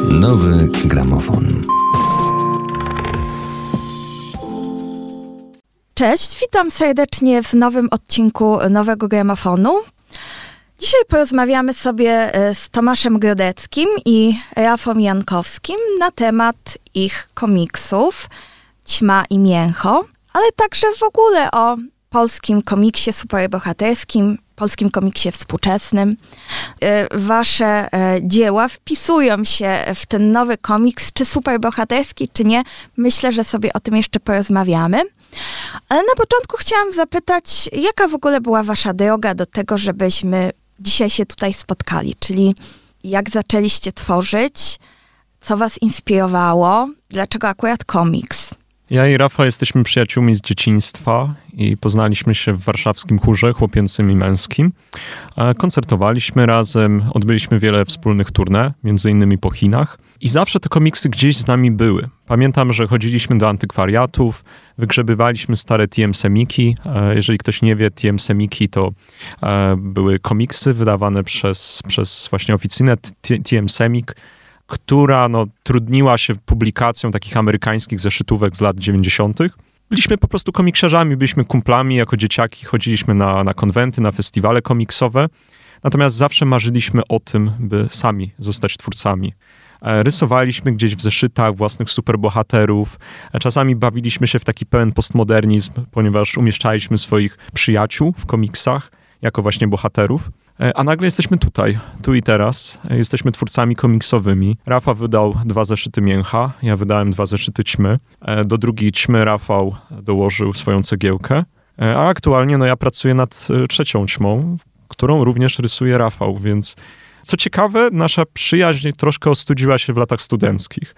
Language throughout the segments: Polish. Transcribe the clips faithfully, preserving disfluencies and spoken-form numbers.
Nowy gramofon. Cześć, witam serdecznie w nowym odcinku Nowego Gramofonu. Dzisiaj porozmawiamy sobie z Tomaszem Grodeckim i Rafą Jankowskim na temat ich komiksów Ćma i Mięcho, ale także w ogóle o polskim komiksie superbohaterskim, polskim komiksie współczesnym. Wasze dzieła wpisują się w ten nowy komiks, czy superbohaterski, czy nie. Myślę, że sobie o tym jeszcze porozmawiamy. Ale na początku chciałam zapytać, jaka w ogóle była wasza droga do tego, żebyśmy dzisiaj się tutaj spotkali? Czyli jak zaczęliście tworzyć, co was inspirowało, dlaczego akurat komiks? Ja i Rafa jesteśmy przyjaciółmi z dzieciństwa i poznaliśmy się w warszawskim chórze chłopięcym i męskim. Koncertowaliśmy razem, odbyliśmy wiele wspólnych tournée, między innymi po Chinach. I zawsze te komiksy gdzieś z nami były. Pamiętam, że chodziliśmy do antykwariatów, wygrzebywaliśmy stare T M Semiki. Jeżeli ktoś nie wie, T M Semiki to były komiksy wydawane przez, przez właśnie oficynę T M Semik, która no, trudniła się publikacją takich amerykańskich zeszytówek z lat dziewięćdziesiątych. Byliśmy po prostu komiksiarzami, byliśmy kumplami jako dzieciaki, chodziliśmy na, na konwenty, na festiwale komiksowe. Natomiast zawsze marzyliśmy o tym, by sami zostać twórcami. Rysowaliśmy gdzieś w zeszytach własnych superbohaterów. Czasami bawiliśmy się w taki pełen postmodernizm, ponieważ umieszczaliśmy swoich przyjaciół w komiksach jako właśnie bohaterów. A nagle jesteśmy tutaj, tu i teraz. Jesteśmy twórcami komiksowymi. Rafa wydał dwa zeszyty Mięcha, ja wydałem dwa zeszyty Ćmy. Do drugiej Ćmy Rafał dołożył swoją cegiełkę. A aktualnie no, ja pracuję nad trzecią Ćmą, którą również rysuje Rafał, więc co ciekawe, nasza przyjaźń troszkę ostudziła się w latach studenckich.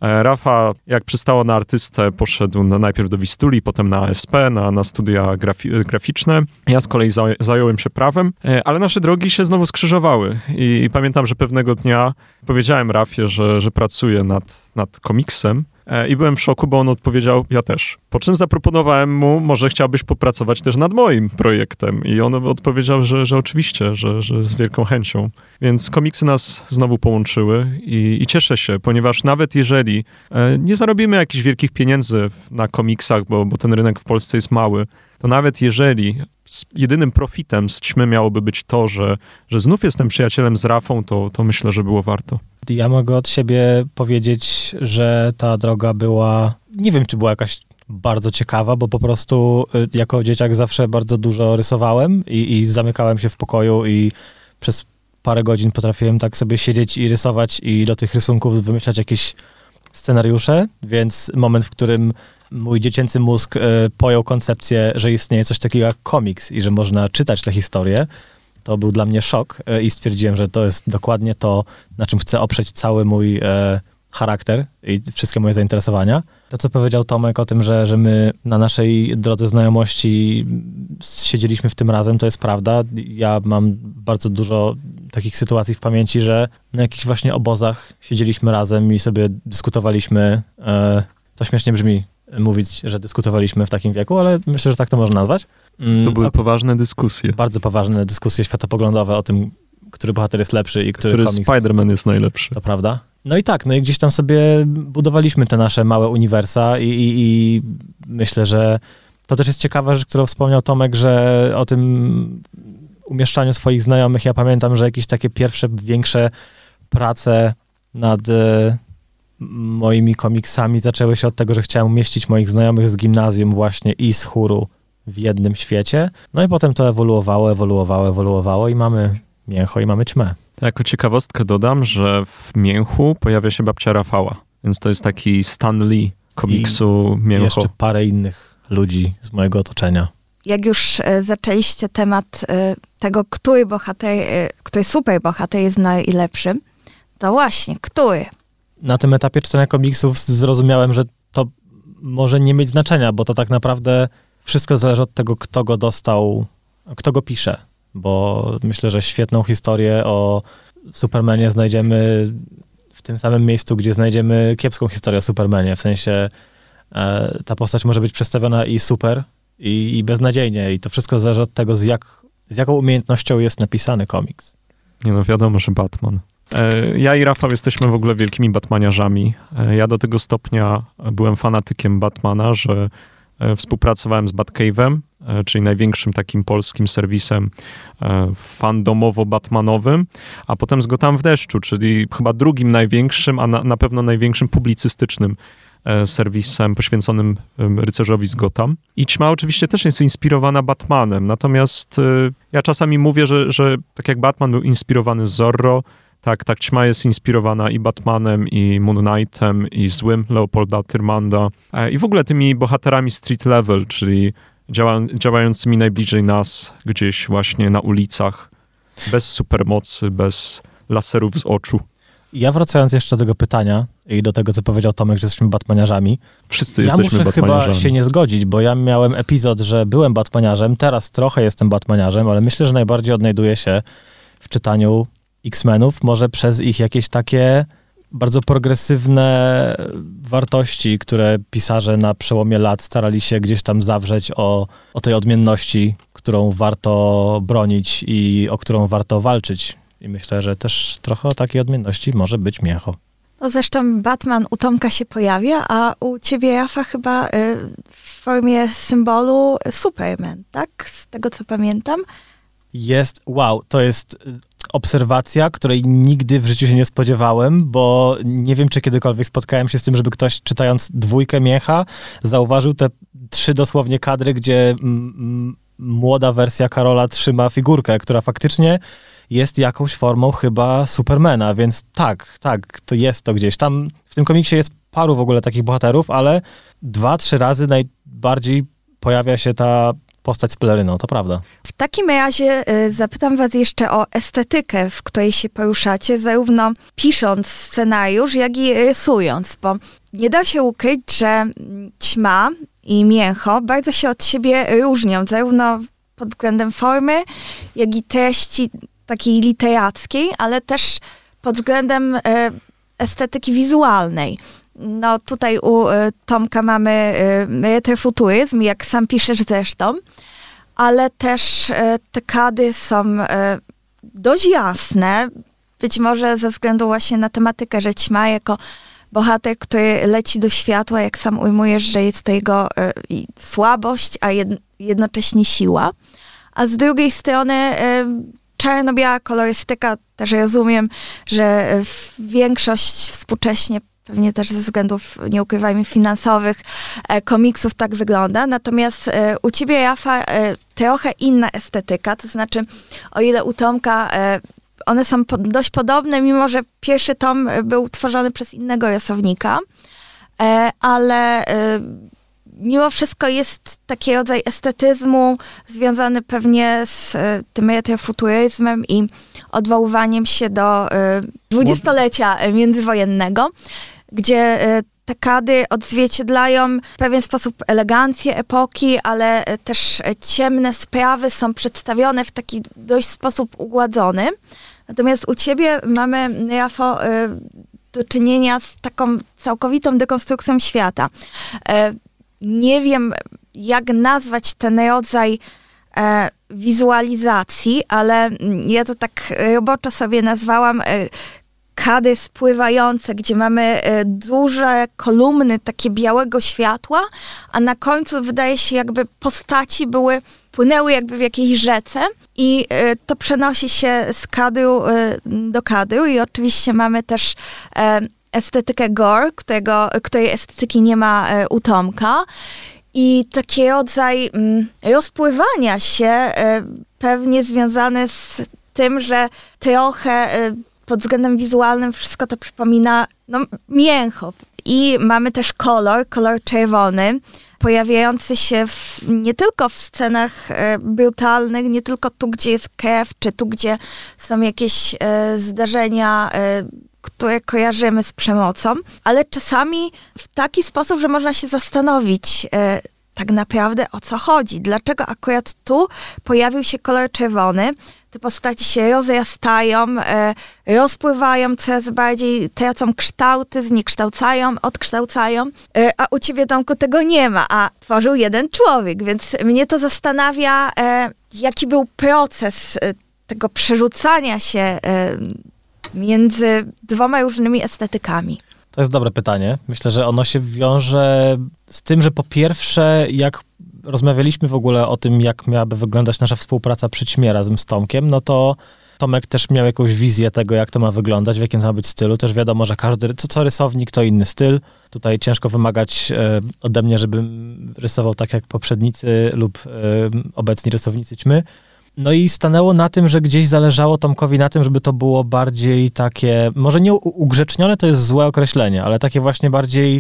Rafa, jak przystało na artystę, poszedł na, najpierw do Wistuli, potem na A S P, na, na studia grafi- graficzne. Ja z kolei zaj- zająłem się prawem, ale nasze drogi się znowu skrzyżowały. I, i pamiętam, że pewnego dnia powiedziałem Rafie, że, że pracuję nad, nad komiksem. I byłem w szoku, bo on odpowiedział, ja też. Po czym zaproponowałem mu, może chciałbyś popracować też nad moim projektem. I on odpowiedział, że, że oczywiście, że, że z wielką chęcią. Więc komiksy nas znowu połączyły i, i cieszę się, ponieważ nawet jeżeli e, nie zarobimy jakichś wielkich pieniędzy na komiksach, bo, bo ten rynek w Polsce jest mały, to nawet jeżeli z jedynym profitem z Ćmy miałoby być to, że, że znów jestem przyjacielem z Rafą, to, to myślę, że było warto. Ja mogę od siebie powiedzieć, że ta droga była, nie wiem, czy była jakaś bardzo ciekawa, bo po prostu jako dzieciak zawsze bardzo dużo rysowałem i, i zamykałem się w pokoju i przez parę godzin potrafiłem tak sobie siedzieć i rysować i do tych rysunków wymyślać jakieś scenariusze, więc moment, w którym mój dziecięcy mózg y, pojął koncepcję, że istnieje coś takiego jak komiks i że można czytać tę historię, to był dla mnie szok y, i stwierdziłem, że to jest dokładnie to, na czym chcę oprzeć cały mój y, charakter i wszystkie moje zainteresowania. To, co powiedział Tomek o tym, że, że my na naszej drodze znajomości siedzieliśmy w tym razem, to jest prawda. Ja mam bardzo dużo takich sytuacji w pamięci, że na jakichś właśnie obozach siedzieliśmy razem i sobie dyskutowaliśmy. Y, to śmiesznie brzmi, mówić, że dyskutowaliśmy w takim wieku, ale myślę, że tak to można nazwać. To były poważne dyskusje. Bardzo poważne dyskusje światopoglądowe o tym, który bohater jest lepszy i który, który komiks... Spider-Man jest najlepszy. To prawda. No i tak, no i gdzieś tam sobie budowaliśmy te nasze małe uniwersa i, i, i myślę, że to też jest ciekawa rzecz, którą wspomniał Tomek, że o tym umieszczaniu swoich znajomych, ja pamiętam, że jakieś takie pierwsze, większe prace nad moimi komiksami zaczęły się od tego, że chciałem umieścić moich znajomych z gimnazjum właśnie i z chóru w jednym świecie. No i potem to ewoluowało, ewoluowało, ewoluowało i mamy Mięcho i mamy Ćmę. Jako ciekawostkę dodam, że w Mięchu pojawia się babcia Rafała, więc to jest taki Stan Lee komiksu I Mięcho. jeszcze parę innych ludzi z mojego otoczenia. Jak już e, zaczęliście temat e, tego, który bohater, e, który superbohater jest najlepszy, to właśnie, który? Na tym etapie czytania komiksów zrozumiałem, że to może nie mieć znaczenia, bo to tak naprawdę wszystko zależy od tego, kto go dostał, kto go pisze. Bo myślę, że świetną historię o Supermanie znajdziemy w tym samym miejscu, gdzie znajdziemy kiepską historię o Supermanie. W sensie e, ta postać może być przedstawiona i super, i, i beznadziejnie. I to wszystko zależy od tego, z, jak, z jaką umiejętnością jest napisany komiks. Nie no, wiadomo, że Batman. Ja i Rafał jesteśmy w ogóle wielkimi Batmaniarzami. Ja do tego stopnia byłem fanatykiem Batmana, że współpracowałem z Batcave'em, czyli największym takim polskim serwisem fandomowo-batmanowym, a potem z Gotham w deszczu, czyli chyba drugim największym, a na, na pewno największym publicystycznym serwisem poświęconym rycerzowi z Gotham. I Ćma oczywiście też jest inspirowana Batmanem, natomiast ja czasami mówię, że, że tak jak Batman był inspirowany Zorro, tak, tak Ćma jest inspirowana i Batmanem, i Moon Knightem, i złym Leopolda Tyrmanda, i w ogóle tymi bohaterami street level, czyli działa, działającymi najbliżej nas, gdzieś właśnie na ulicach, bez supermocy, bez laserów z oczu. Ja wracając jeszcze do tego pytania i do tego, co powiedział Tomek, że jesteśmy Batmaniarzami. Wszyscy ja jesteśmy Batmaniarzami. Ja muszę chyba się nie zgodzić, bo ja miałem epizod, że byłem Batmaniarzem, teraz trochę jestem Batmaniarzem, ale myślę, że najbardziej odnajduję się w czytaniu X-Menów, może przez ich jakieś takie bardzo progresywne wartości, które pisarze na przełomie lat starali się gdzieś tam zawrzeć o, o tej odmienności, którą warto bronić i o którą warto walczyć. I myślę, że też trochę o takiej odmienności może być Mięcho. No zresztą Batman u Tomka się pojawia, a u ciebie, Rafa, chyba y, w formie symbolu Superman, tak? Z tego, co pamiętam. Jest, wow, to jest obserwacja, której nigdy w życiu się nie spodziewałem, bo nie wiem, czy kiedykolwiek spotkałem się z tym, żeby ktoś, czytając dwójkę Mięcha, zauważył te trzy dosłownie kadry, gdzie m, m, młoda wersja Karola trzyma figurkę, która faktycznie jest jakąś formą chyba Supermana, więc tak, tak, to jest to gdzieś. Tam w tym komiksie jest paru w ogóle takich bohaterów, ale dwa, trzy razy najbardziej pojawia się ta postać z peleryną, to prawda. W takim razie y, zapytam was jeszcze o estetykę, w której się poruszacie, zarówno pisząc scenariusz, jak i rysując, bo nie da się ukryć, że Ćma i Mięcho bardzo się od siebie różnią, zarówno pod względem formy, jak i treści takiej literackiej, ale też pod względem y, estetyki wizualnej. No tutaj u y, Tomka mamy y, retrofuturyzm, jak sam piszesz zresztą, ale też y, te kady są y, dość jasne, być może ze względu właśnie na tematykę, że Ćma jako bohater, który leci do światła, jak sam ujmujesz, że jest to jego y, słabość, a jed, jednocześnie siła. A z drugiej strony y, czarno-biała kolorystyka, też rozumiem, że większość współcześnie, pewnie też ze względów, nie ukrywajmy, finansowych, e, komiksów tak wygląda. Natomiast e, u ciebie, Rafa, e, trochę inna estetyka, to znaczy, o ile u Tomka e, one są po, dość podobne, mimo że pierwszy tom był tworzony przez innego rysownika, e, ale e, mimo wszystko jest taki rodzaj estetyzmu związany pewnie z y, tym retrofuturyzmem i odwoływaniem się do y, dwudziestolecia międzywojennego, gdzie y, te kady odzwierciedlają w pewien sposób elegancję epoki, ale y, też y, ciemne sprawy są przedstawione w taki dość sposób ugładzony. Natomiast u ciebie mamy, Rafał, y, do czynienia z taką całkowitą dekonstrukcją świata. Y, Nie wiem, jak nazwać ten rodzaj e, wizualizacji, ale ja to tak roboczo sobie nazwałam e, kady spływające, gdzie mamy e, duże kolumny takie białego światła, a na końcu wydaje się, jakby postaci były, płynęły jakby w jakiejś rzece i e, to przenosi się z kadru e, do kadru i oczywiście mamy też e, estetykę gore, którego, której estetyki nie ma e, u Tomka. I taki rodzaj mm, rozpływania się e, pewnie związany z tym, że trochę e, pod względem wizualnym wszystko to przypomina no, Mięcho. I mamy też kolor, kolor czerwony, pojawiający się w, nie tylko w scenach e, brutalnych, nie tylko tu, gdzie jest krew, czy tu, gdzie są jakieś e, zdarzenia, e, które kojarzymy z przemocą, ale czasami w taki sposób, że można się zastanowić e, tak naprawdę, o co chodzi. Dlaczego akurat tu pojawił się kolor czerwony? Te postaci się rozrastają, e, rozpływają coraz bardziej, tracą kształty, zniekształcają, odkształcają, e, a u ciebie, Tomku, tego nie ma, a tworzył jeden człowiek, więc mnie to zastanawia, e, jaki był proces e, tego przerzucania się e, między dwoma różnymi estetykami? To jest dobre pytanie. Myślę, że ono się wiąże z tym, że po pierwsze, jak rozmawialiśmy w ogóle o tym, jak miałaby wyglądać nasza współpraca przy Ćmie razem z Tomkiem, no to Tomek też miał jakąś wizję tego, jak to ma wyglądać, w jakim to ma być stylu. Też wiadomo, że każdy, co, co rysownik, to inny styl. Tutaj ciężko wymagać e, ode mnie, żebym rysował tak jak poprzednicy lub e, obecni rysownicy Ćmy. No i stanęło na tym, że gdzieś zależało Tomkowi na tym, żeby to było bardziej takie, może nie ugrzecznione, to jest złe określenie, ale takie właśnie bardziej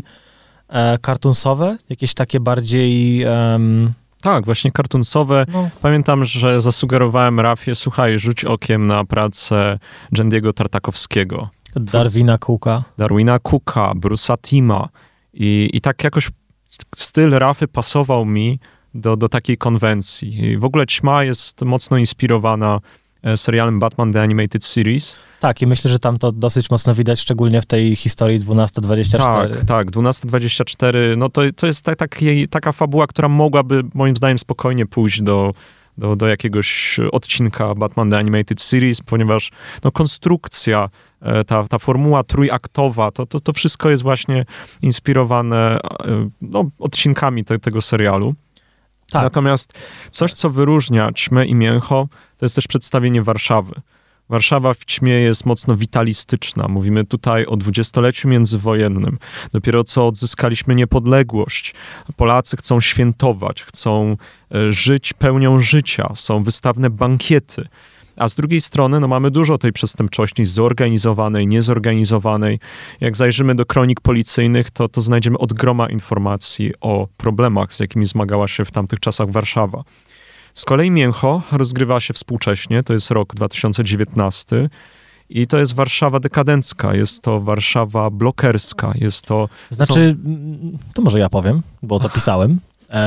e, cartoonsowe, jakieś takie bardziej... Um, Tak, właśnie cartoonsowe. No. Pamiętam, że zasugerowałem Rafie, słuchaj, rzuć okiem na pracę Jandiego Tartakowskiego. Darwina Cooka. Darwina Cooka, Bruce'a Tima. I, I tak jakoś styl Rafy pasował mi do, do takiej konwencji. I w ogóle Ćma jest mocno inspirowana serialem Batman The Animated Series. Tak, i myślę, że tam to dosyć mocno widać, szczególnie w tej historii dwanaście dwadzieścia cztery. Tak, tak, dwanaście dwadzieścia cztery, no to, to jest ta, ta, taka fabuła, która mogłaby, moim zdaniem, spokojnie pójść do, do, do jakiegoś odcinka Batman The Animated Series, ponieważ no, konstrukcja, ta, ta formuła trójaktowa, to, to, to wszystko jest właśnie inspirowane no, odcinkami te, tego serialu. Tak. Natomiast coś, co wyróżnia Ćmę i Mięcho, to jest też przedstawienie Warszawy. Warszawa w Ćmie jest mocno witalistyczna. Mówimy tutaj o dwudziestoleciu międzywojennym. Dopiero co odzyskaliśmy niepodległość. Polacy chcą świętować, chcą żyć pełnią życia. Są wystawne bankiety. A z drugiej strony no, mamy dużo tej przestępczości zorganizowanej, niezorganizowanej. Jak zajrzymy do kronik policyjnych, to, to znajdziemy od groma informacji o problemach, z jakimi zmagała się w tamtych czasach Warszawa. Z kolei Mięcho rozgrywa się współcześnie, to jest rok dwa tysiące dziewiętnasty i to jest Warszawa dekadencka, jest to Warszawa blokerska, jest to... Znaczy, są... to może ja powiem, bo to pisałem.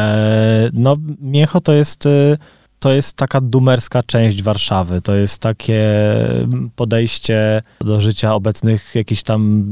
Eee, no, Mięcho to jest... To jest taka dumerska część Warszawy. To jest takie podejście do życia obecnych jakichś tam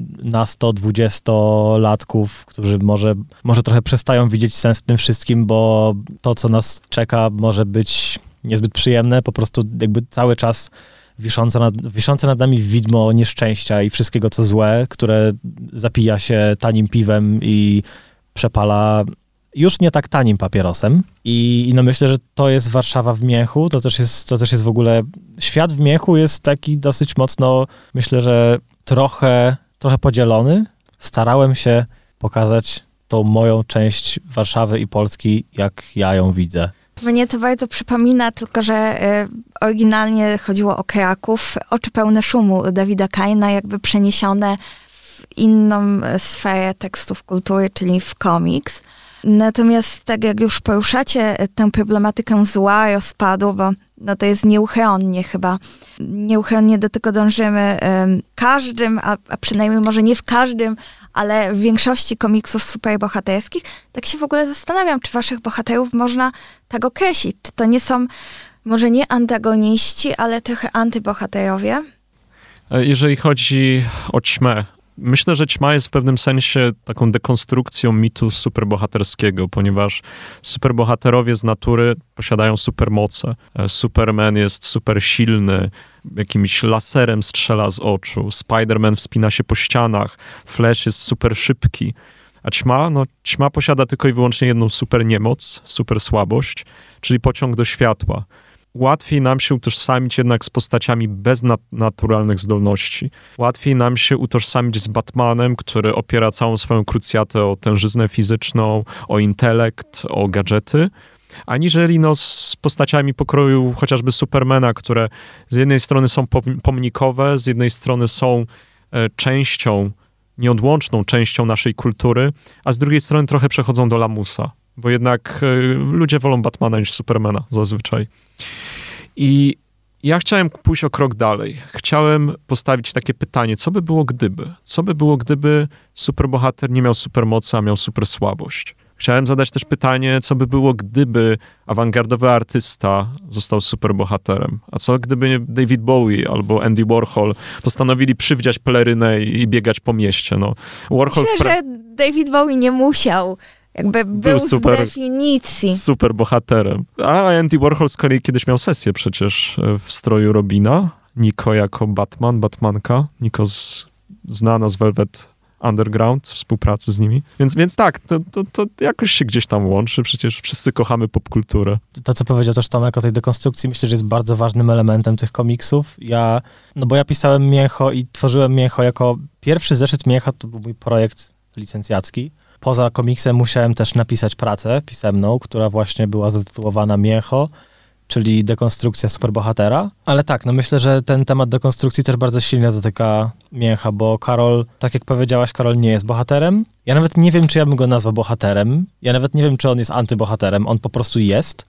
nasto dwudziestolatków, którzy może, może trochę przestają widzieć sens w tym wszystkim, bo to, co nas czeka, może być niezbyt przyjemne. Po prostu jakby cały czas wiszące nad, wiszące nad nami widmo nieszczęścia i wszystkiego, co złe, które zapija się tanim piwem i przepala już nie tak tanim papierosem. I, i no myślę, że to jest Warszawa w Mięchu. To też jest, to też jest w ogóle... Świat w Mięchu jest taki dosyć mocno, myślę, że trochę, trochę podzielony. Starałem się pokazać tą moją część Warszawy i Polski, jak ja ją widzę. Mnie to bardzo przypomina, tylko że y, oryginalnie chodziło o Kraków. Oczy pełne szumu Dawida Kaina, jakby przeniesione w inną sferę tekstów kultury, czyli w komiks. Natomiast tak jak już poruszacie tę problematykę zła, rozpadu, bo no to jest nieuchronnie chyba, nieuchronnie do tego dążymy w każdym, a, a przynajmniej może nie w każdym, ale w większości komiksów superbohaterskich, tak się w ogóle zastanawiam, czy waszych bohaterów można tak określić. Czy to nie są może nie antagoniści, ale trochę antybohaterowie? Jeżeli chodzi o Ćmę, myślę, że Ćma jest w pewnym sensie taką dekonstrukcją mitu superbohaterskiego, ponieważ superbohaterowie z natury posiadają supermoce. Superman jest super silny, jakimś laserem strzela z oczu, Spider-Man wspina się po ścianach, Flash jest super szybki, a Ćma, no Ćma posiada tylko i wyłącznie jedną super niemoc, super słabość, czyli pociąg do światła. Łatwiej nam się utożsamić jednak z postaciami bez nat- naturalnych zdolności. Łatwiej nam się utożsamić z Batmanem, który opiera całą swoją krucjatę o tężyznę fizyczną, o intelekt, o gadżety, aniżeli no, z postaciami pokroju chociażby Supermana, które z jednej strony są pomnikowe, z jednej strony są e, częścią, nieodłączną częścią naszej kultury, a z drugiej strony trochę przechodzą do lamusa. Bo jednak y, ludzie wolą Batmana niż Supermana zazwyczaj. I ja chciałem pójść o krok dalej. Chciałem postawić takie pytanie, co by było gdyby? Co by było gdyby superbohater nie miał supermocy, a miał supersłabość? Chciałem zadać też pytanie, co by było gdyby awangardowy artysta został superbohaterem? A co gdyby David Bowie albo Andy Warhol postanowili przywdziać pelerynę i, i biegać po mieście? No, Warhol Myślę, pra- że David Bowie nie musiał. Jakby był, był super, z definicji. Super bohaterem. A Andy Warhol z kolei kiedyś miał sesję przecież w stroju Robina Niko jako Batman, Batmanka. Niko z, znana z Velvet Underground, współpracy z nimi. Więc, więc tak, to, to, to jakoś się gdzieś tam łączy, przecież wszyscy kochamy popkulturę. To, co powiedział też Tomek o tej dekonstrukcji, myślę, że jest bardzo ważnym elementem tych komiksów. Ja, no bo ja pisałem Mięcho i tworzyłem Mięcho jako pierwszy zeszyt Mięcha, to był mój projekt licencjacki. Poza komiksem musiałem też napisać pracę pisemną, która właśnie była zatytułowana Mięcho, czyli dekonstrukcja superbohatera. Ale tak, no myślę, że ten temat dekonstrukcji też bardzo silnie dotyka Mięcha, bo Karol, tak jak powiedziałaś, Karol nie jest bohaterem. Ja nawet nie wiem, czy ja bym go nazwał bohaterem. Ja nawet nie wiem, czy on jest antybohaterem. On po prostu jest.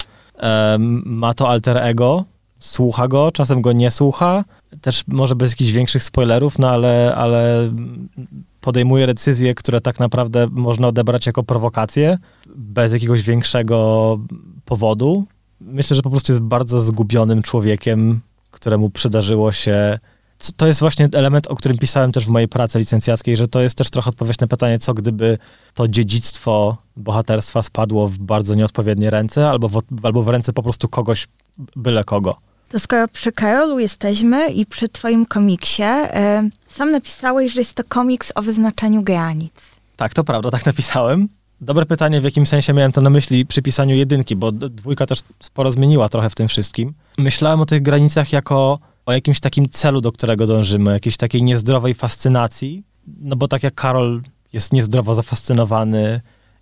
Um, ma to alter ego, słucha go, czasem go nie słucha. Też może bez jakichś większych spoilerów, no ale, ale podejmuje decyzje, które tak naprawdę można odebrać jako prowokację, bez jakiegoś większego powodu. Myślę, że po prostu jest bardzo zgubionym człowiekiem, któremu przydarzyło się... To jest właśnie element, o którym pisałem też w mojej pracy licencjackiej, że to jest też trochę odpowiedź na pytanie, co gdyby to dziedzictwo bohaterstwa spadło w bardzo nieodpowiednie ręce, albo w, albo w ręce po prostu kogoś, byle kogo. To skoro przy Karolu jesteśmy i przy twoim komiksie, yy, sam napisałeś, że jest to komiks o wyznaczaniu granic. Tak, to prawda, tak napisałem. Dobre pytanie, w jakim sensie miałem to na myśli przy pisaniu jedynki, bo dwójka też sporo zmieniła trochę w tym wszystkim. Myślałem o tych granicach jako o jakimś takim celu, do którego dążymy, jakiejś takiej niezdrowej fascynacji, no bo tak jak Karol jest niezdrowo zafascynowany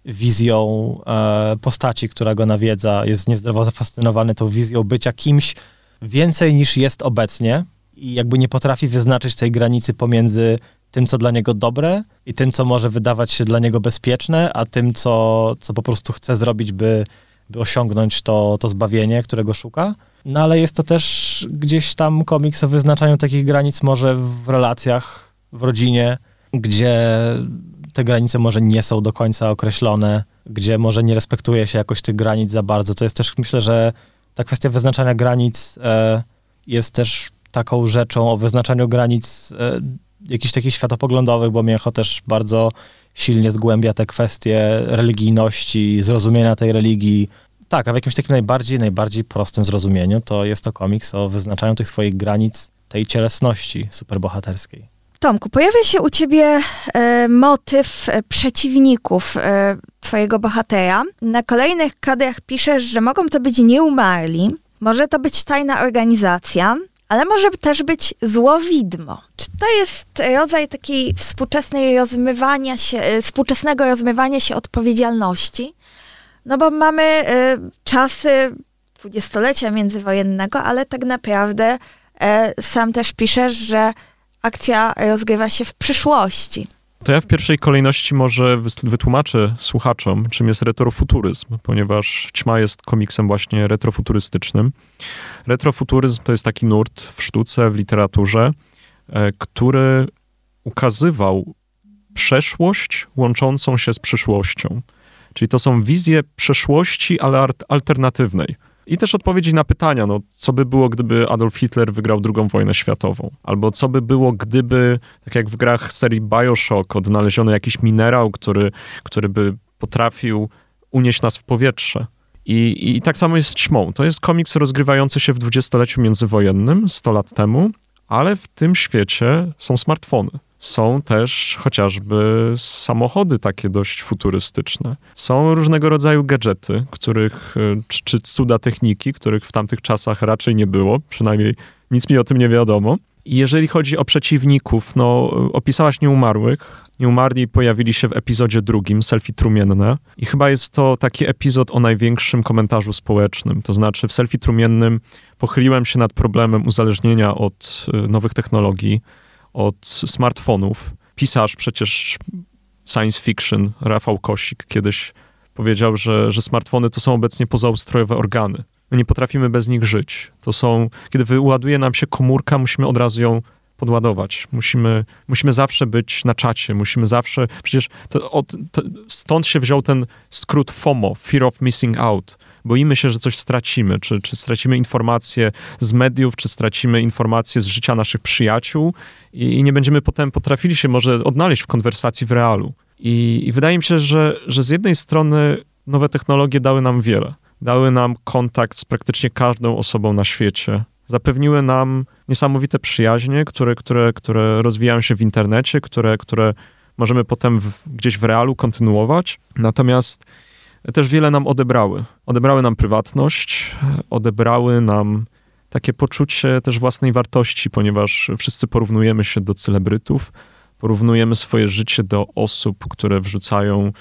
wizją e, postaci, która go nawiedza, jest niezdrowo zafascynowany tą wizją bycia kimś więcej niż jest obecnie i jakby nie potrafi wyznaczyć tej granicy pomiędzy tym, co dla niego dobre i tym, co może wydawać się dla niego bezpieczne, a tym, co, co po prostu chce zrobić, by, by osiągnąć to, to zbawienie, którego szuka. No ale jest to też gdzieś tam komiks o wyznaczaniu takich granic może w relacjach, w rodzinie, gdzie te granice może nie są do końca określone, gdzie może nie respektuje się jakoś tych granic za bardzo. To jest też, myślę, że ta kwestia wyznaczania granic e, jest też taką rzeczą o wyznaczaniu granic e, jakichś takich światopoglądowych, bo Mięcho też bardzo silnie zgłębia te kwestie religijności, zrozumienia tej religii. Tak, a w jakimś takim najbardziej, najbardziej prostym zrozumieniu to jest to komiks o wyznaczaniu tych swoich granic, tej cielesności superbohaterskiej. Tomku, pojawia się u ciebie e, motyw e, przeciwników e, twojego bohatera. Na kolejnych kadrach piszesz, że mogą to być nieumarli, może to być tajna organizacja, ale może też być złowidmo. Czy to jest rodzaj takiej współczesnej rozmywania się, współczesnego rozmywania się odpowiedzialności? No bo mamy y, czasy dwudziestolecia międzywojennego, ale tak naprawdę y, sam też piszesz, że akcja rozgrywa się w przyszłości. To ja w pierwszej kolejności może wytłumaczę słuchaczom, czym jest retrofuturyzm, ponieważ Ćma jest komiksem właśnie retrofuturystycznym. Retrofuturyzm to jest taki nurt w sztuce, w literaturze, który ukazywał przeszłość łączącą się z przyszłością. Czyli to są wizje przeszłości, ale alternatywnej. I też odpowiedzi na pytania, no, co by było, gdyby Adolf Hitler wygrał drugą wojnę światową? Albo co by było, gdyby, tak jak w grach serii Bioshock, odnaleziono jakiś minerał, który, który by potrafił unieść nas w powietrze. I, I tak samo jest z Ćmą. To jest komiks rozgrywający się w dwudziestoleciu międzywojennym, sto lat temu, ale w tym świecie są smartfony. Są też chociażby samochody takie dość futurystyczne. Są różnego rodzaju gadżety, których, czy, czy cuda techniki, których w tamtych czasach raczej nie było, przynajmniej nic mi o tym nie wiadomo. I jeżeli chodzi o przeciwników, no opisałaś nieumarłych. Nieumarli pojawili się w epizodzie drugim, Selfie Trumienne. I chyba jest to taki epizod o największym komentarzu społecznym. To znaczy w Selfie Trumiennym pochyliłem się nad problemem uzależnienia od nowych technologii, od smartfonów. Pisarz przecież science fiction, Rafał Kosik, kiedyś powiedział, że, że smartfony to są obecnie pozaustrojowe organy. My nie potrafimy bez nich żyć. To są, kiedy wyładuje nam się komórka, musimy od razu ją podładować. Musimy, musimy zawsze być na czacie, musimy zawsze... Przecież to, od, to, stąd się wziął ten skrót FOMO, Fear of Missing Out. Boimy się, że coś stracimy, czy, czy stracimy informacje z mediów, czy stracimy informacje z życia naszych przyjaciół i, i nie będziemy potem potrafili się może odnaleźć w konwersacji w realu. I, i wydaje mi się, że, że z jednej strony nowe technologie dały nam wiele. Dały nam kontakt z praktycznie każdą osobą na świecie. Zapewniły nam niesamowite przyjaźnie, które, które, które rozwijają się w internecie, które, które możemy potem w, gdzieś w realu kontynuować. Natomiast też wiele nam odebrały. Odebrały nam prywatność, odebrały nam takie poczucie też własnej wartości, ponieważ wszyscy porównujemy się do celebrytów, porównujemy swoje życie do osób, które wrzucają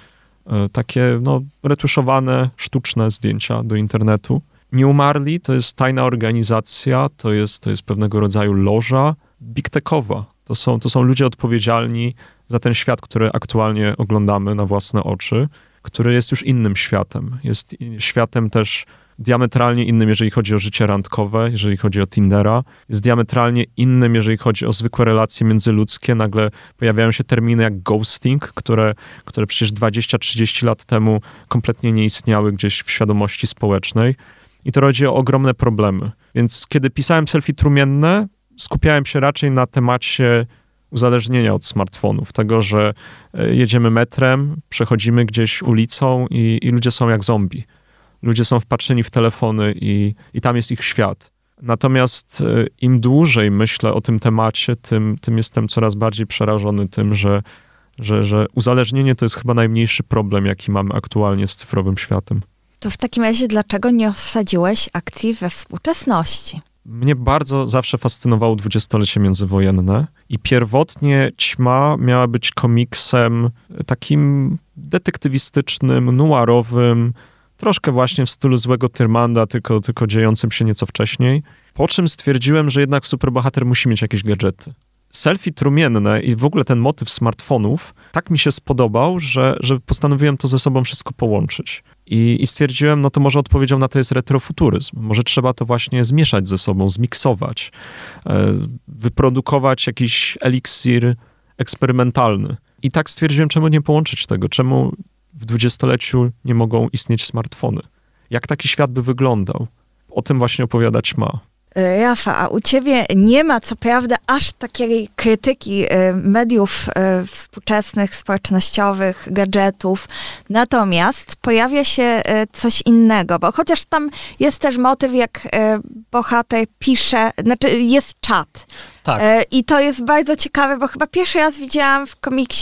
takie no, retuszowane, sztuczne zdjęcia do internetu. Nieumarli to jest tajna organizacja, to jest, to jest pewnego rodzaju loża big techowa. To są, to są ludzie odpowiedzialni za ten świat, który aktualnie oglądamy na własne oczy, który jest już innym światem. Jest światem też diametralnie innym, jeżeli chodzi o życie randkowe, jeżeli chodzi o Tindera. Jest diametralnie innym, jeżeli chodzi o zwykłe relacje międzyludzkie. Nagle pojawiają się terminy jak ghosting, które, które przecież dwadzieścia trzydzieści lat temu kompletnie nie istniały gdzieś w świadomości społecznej. I to rodzi ogromne problemy. Więc kiedy pisałem selfie trumienne, skupiałem się raczej na temacie uzależnienia od smartfonów. Tego, że jedziemy metrem, przechodzimy gdzieś ulicą i, i ludzie są jak zombie. Ludzie są wpatrzeni w telefony i, i tam jest ich świat. Natomiast im dłużej myślę o tym temacie, tym, tym jestem coraz bardziej przerażony tym, że, że, że uzależnienie to jest chyba najmniejszy problem, jaki mamy aktualnie z cyfrowym światem. To w takim razie dlaczego nie osadziłeś akcji we współczesności? Mnie bardzo zawsze fascynowało dwudziestolecie międzywojenne i pierwotnie Ćma miała być komiksem takim detektywistycznym, noirowym, troszkę właśnie w stylu Złego Tyrmanda, tylko, tylko dziejącym się nieco wcześniej. Po czym stwierdziłem, że jednak superbohater musi mieć jakieś gadżety. Selfie trumienne i w ogóle ten motyw smartfonów tak mi się spodobał, że, że postanowiłem to ze sobą wszystko połączyć. I, I stwierdziłem, no to może odpowiedzią na to jest retrofuturyzm. Może trzeba to właśnie zmieszać ze sobą, zmiksować, e, wyprodukować jakiś eliksir eksperymentalny. I tak stwierdziłem, czemu nie połączyć tego, czemu w dwudziestoleciu nie mogą istnieć smartfony. Jak taki świat by wyglądał? O tym właśnie opowiada Ćma. Rafa, a u ciebie nie ma co prawda aż takiej krytyki mediów współczesnych, społecznościowych, gadżetów, natomiast pojawia się coś innego, bo chociaż tam jest też motyw, jak bohater pisze, znaczy jest czat. Tak. I to jest bardzo ciekawe, bo chyba pierwszy raz widziałam w komiksie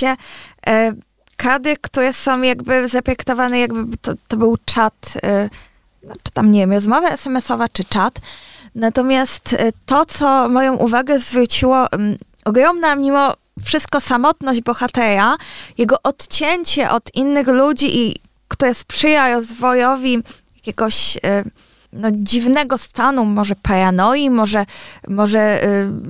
kadry, które są jakby zaprojektowane, jakby to, to był czat, czy tam nie wiem, rozmowa es em esowa, czy czat. Natomiast to, co moją uwagę zwróciło, ogromna mimo wszystko samotność bohatera, jego odcięcie od innych ludzi, i które sprzyja rozwojowi jakiegoś no, dziwnego stanu, może paranoi, może, może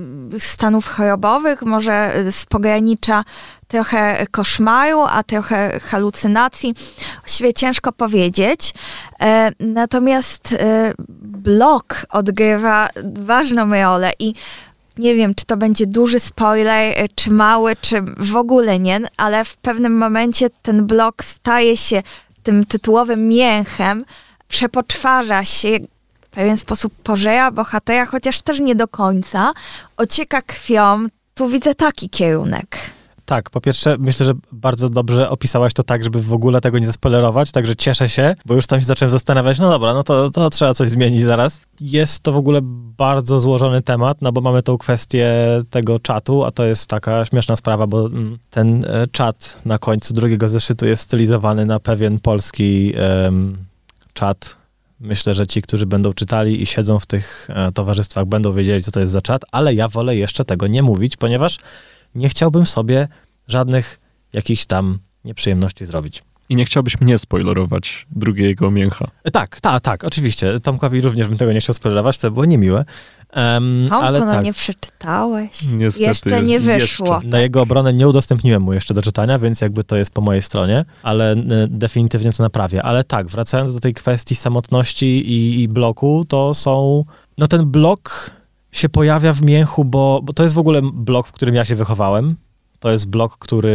stanów chorobowych, może z pogranicza trochę koszmaru, a trochę halucynacji. Właściwie ciężko powiedzieć. E, natomiast e, blog odgrywa ważną rolę i nie wiem, czy to będzie duży spoiler, czy mały, czy w ogóle nie, ale w pewnym momencie ten blog staje się tym tytułowym mięchem, przepoczwarza się, w pewien sposób pożera bohatera, chociaż też nie do końca, ocieka krwią. Tu widzę taki kierunek. Tak, po pierwsze myślę, że bardzo dobrze opisałaś to tak, żeby w ogóle tego nie zaspoilerować, także cieszę się, bo już tam się zacząłem zastanawiać, no dobra, no to, to trzeba coś zmienić zaraz. Jest to w ogóle bardzo złożony temat, no bo mamy tą kwestię tego czatu, a to jest taka śmieszna sprawa, bo ten czat na końcu drugiego zeszytu jest stylizowany na pewien polski um, czat. Myślę, że ci, którzy będą czytali i siedzą w tych e, towarzystwach, będą wiedzieli, co to jest za czat, ale ja wolę jeszcze tego nie mówić, ponieważ nie chciałbym sobie żadnych jakichś tam nieprzyjemności zrobić. I nie chciałbyś mnie spoilerować drugiego mięcha. Tak, tak, tak, oczywiście. Tomkowi również bym tego nie chciał spoilerować, to było niemiłe. Um, Tomku, ale no tak. nie przeczytałeś. Niestety, jeszcze nie wyszło. Jeszcze. Na jego obronę nie udostępniłem mu jeszcze do czytania, więc jakby to jest po mojej stronie, ale y, definitywnie to naprawię. Ale tak, wracając do tej kwestii samotności i, i bloku, to są... No ten blok się pojawia w mięchu, bo, bo to jest w ogóle blok, w którym ja się wychowałem. To jest blok, który,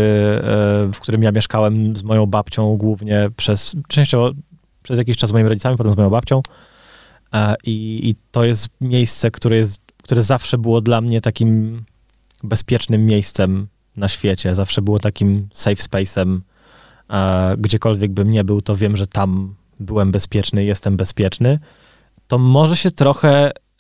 w którym ja mieszkałem z moją babcią głównie przez, częściowo przez jakiś czas z moimi rodzicami, potem z moją babcią. I, i to jest miejsce, które, jest, które zawsze było dla mnie takim bezpiecznym miejscem na świecie. Zawsze było takim safe space'em. Gdziekolwiek bym nie był, to wiem, że tam byłem bezpieczny i jestem bezpieczny. To może się trochę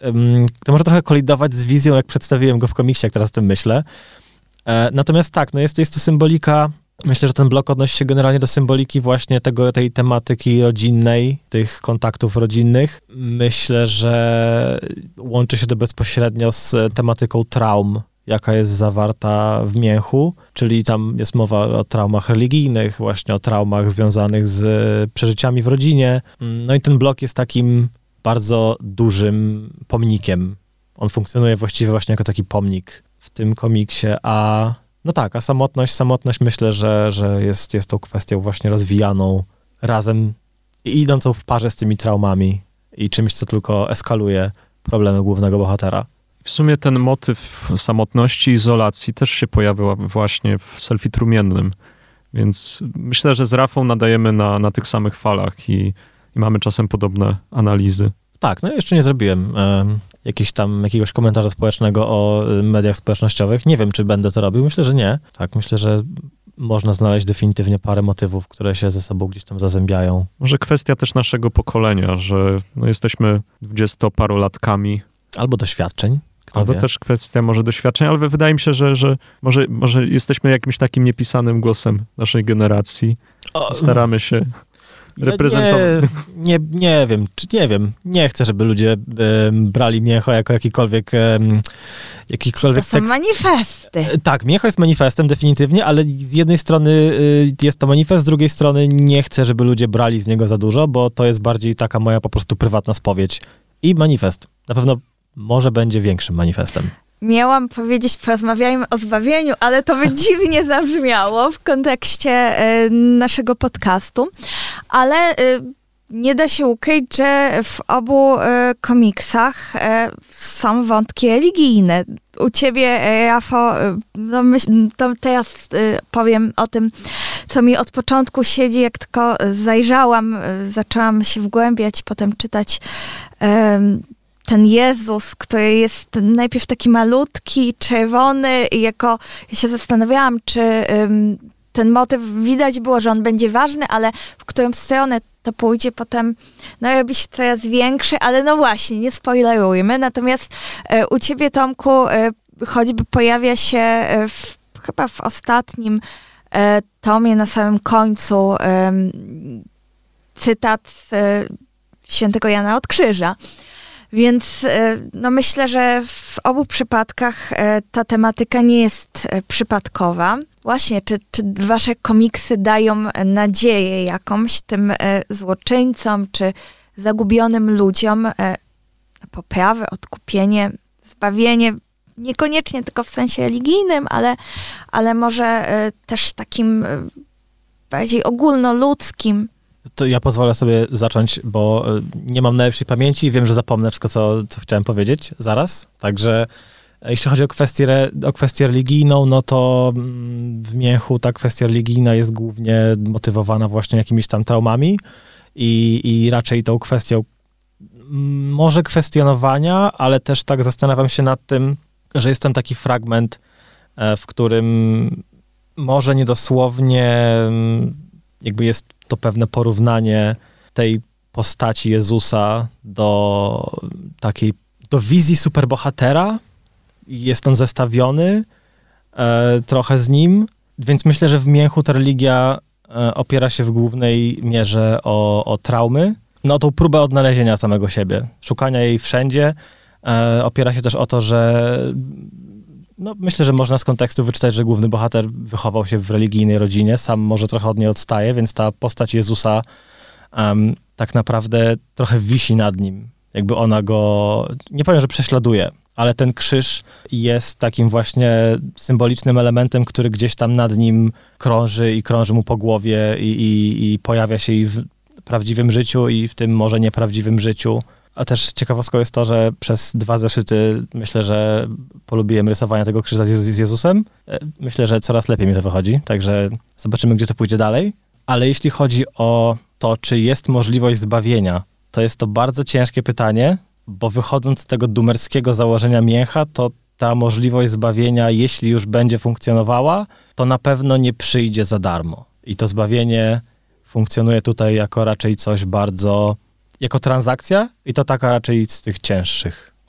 to może trochę kolidować z wizją, jak przedstawiłem go w komiksie, jak teraz o tym myślę. Natomiast tak, no jest, jest to symbolika. Myślę, że ten blok odnosi się generalnie do symboliki właśnie tego, tej tematyki rodzinnej, tych kontaktów rodzinnych. Myślę, że łączy się to bezpośrednio z tematyką traum, jaka jest zawarta w Mięchu, czyli tam jest mowa o traumach religijnych, właśnie o traumach związanych z przeżyciami w rodzinie. No i ten blok jest takim bardzo dużym pomnikiem. On funkcjonuje właściwie właśnie jako taki pomnik w tym komiksie, a no tak, a samotność, samotność myślę, że, że jest, jest tą kwestią właśnie rozwijaną razem i idącą w parze z tymi traumami i czymś, co tylko eskaluje problemy głównego bohatera. W sumie ten motyw samotności, izolacji też się pojawił właśnie w Selfie Trumiennym, więc myślę, że z Rafą nadajemy na, na tych samych falach i, i mamy czasem podobne analizy. Tak, no jeszcze nie zrobiłem um, jakiegoś tam, jakiegoś komentarza społecznego o mediach społecznościowych. Nie wiem, czy będę to robił. Myślę, że nie. Tak, myślę, że można znaleźć definitywnie parę motywów, które się ze sobą gdzieś tam zazębiają. Może kwestia też naszego pokolenia, że no jesteśmy dwudziestoparolatkami. Albo doświadczeń. Albo wie. Też kwestia może doświadczeń, ale wydaje mi się, że, że może, może jesteśmy jakimś takim niepisanym głosem naszej generacji. O, Staramy się reprezentować. Nie, nie, nie wiem, czy nie wiem. Nie chcę, żeby ludzie e, brali Mięcho jako jakikolwiek e, jakikolwiek to są tekst. manifesty. E, tak, Mięcho jest manifestem definitywnie, ale z jednej strony e, jest to manifest, z drugiej strony nie chcę, żeby ludzie brali z niego za dużo, bo to jest bardziej taka moja po prostu prywatna spowiedź. I manifest. Na pewno może będzie większym manifestem. Miałam powiedzieć, porozmawiajmy o zbawieniu, ale to by dziwnie zabrzmiało w kontekście y, naszego podcastu. Ale y, nie da się ukryć, że w obu y, komiksach y, są wątki religijne. U ciebie, y, Rafał, y, no my, to teraz y, powiem o tym, co mi od początku siedzi, jak tylko zajrzałam, y, zaczęłam się wgłębiać, potem czytać y, ten Jezus, który jest najpierw taki malutki, czerwony i jako, ja się zastanawiałam, czy um, ten motyw widać było, że on będzie ważny, ale w którą stronę to pójdzie potem, no robi się coraz większy, ale no właśnie, nie spoilerujmy. Natomiast e, u ciebie, Tomku, e, choćby pojawia się e, w, chyba w ostatnim e, tomie, na samym końcu e, cytat e, świętego Jana od Krzyża. Więc no myślę, że w obu przypadkach ta tematyka nie jest przypadkowa. Właśnie, czy, czy wasze komiksy dają nadzieję jakąś tym złoczyńcom, czy zagubionym ludziom na poprawę, odkupienie, zbawienie, niekoniecznie tylko w sensie religijnym, ale, ale może też takim bardziej ogólnoludzkim. To ja pozwolę sobie zacząć, bo nie mam najlepszej pamięci i wiem, że zapomnę wszystko, co, co chciałem powiedzieć zaraz. Także jeśli chodzi o kwestię, o kwestię religijną, no to w Mięchu ta kwestia religijna jest głównie motywowana właśnie jakimiś tam traumami i, i raczej tą kwestią może kwestionowania, ale też tak zastanawiam się nad tym, że jest tam taki fragment, w którym może niedosłownie jakby jest to pewne porównanie tej postaci Jezusa do takiej, do wizji superbohatera. Jest on zestawiony e, trochę z nim, więc myślę, że w Mięchu ta religia e, opiera się w głównej mierze o, o traumy, no o tą próbę odnalezienia samego siebie, szukania jej wszędzie. E, opiera się też o to, że no, myślę, że można z kontekstu wyczytać, że główny bohater wychował się w religijnej rodzinie, sam może trochę od niej odstaje, więc ta postać Jezusa um, tak naprawdę trochę wisi nad nim. Jakby ona go, nie powiem, że prześladuje, ale ten krzyż jest takim właśnie symbolicznym elementem, który gdzieś tam nad nim krąży i krąży mu po głowie i, i, i pojawia się i w prawdziwym życiu i w tym może nieprawdziwym życiu. A też ciekawostką jest to, że przez dwa zeszyty myślę, że polubiłem rysowania tego krzyża z, Jezus, z Jezusem. Myślę, że coraz lepiej mi to wychodzi, także zobaczymy, gdzie to pójdzie dalej. Ale jeśli chodzi o to, czy jest możliwość zbawienia, to jest to bardzo ciężkie pytanie, bo wychodząc z tego dumerskiego założenia Mięcha, to ta możliwość zbawienia, jeśli już będzie funkcjonowała, to na pewno nie przyjdzie za darmo. I to zbawienie funkcjonuje tutaj jako raczej coś bardzo... jako transakcja i to taka raczej z tych cięższych.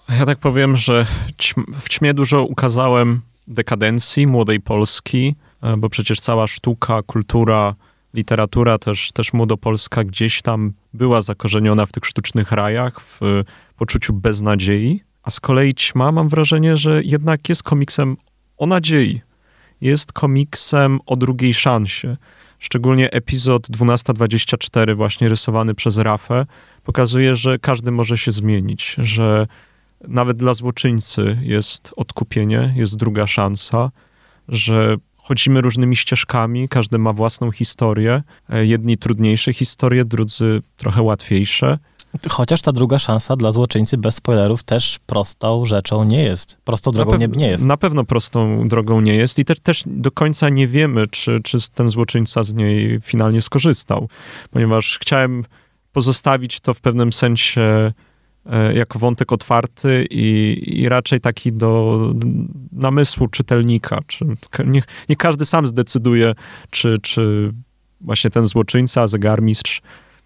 Ja tak powiem, że w ćmie dużo ukazałem dekadencji młodej Polski, bo przecież cała sztuka, kultura, literatura też, też młodopolska gdzieś tam była zakorzeniona w tych sztucznych rajach, w poczuciu beznadziei. A z kolei Ćma, mam wrażenie, że jednak jest komiksem o nadziei. Jest komiksem o drugiej szansie. Szczególnie epizod dwunasta dwadzieścia cztery, właśnie rysowany przez Rafę, pokazuje, że każdy może się zmienić, że nawet dla złoczyńcy jest odkupienie, jest druga szansa, że chodzimy różnymi ścieżkami, każdy ma własną historię. Jedni trudniejsze historie, drudzy trochę łatwiejsze. Chociaż ta druga szansa dla złoczyńcy bez spoilerów też prostą rzeczą nie jest. Prostą drogą pew- nie, nie jest. Na pewno prostą drogą nie jest i te, też do końca nie wiemy, czy, czy ten złoczyńca z niej finalnie skorzystał. Ponieważ chciałem pozostawić to w pewnym sensie e, jako wątek otwarty i, i raczej taki do namysłu czytelnika. Czy, niech, niech każdy sam zdecyduje, czy, czy właśnie ten złoczyńca, zegarmistrz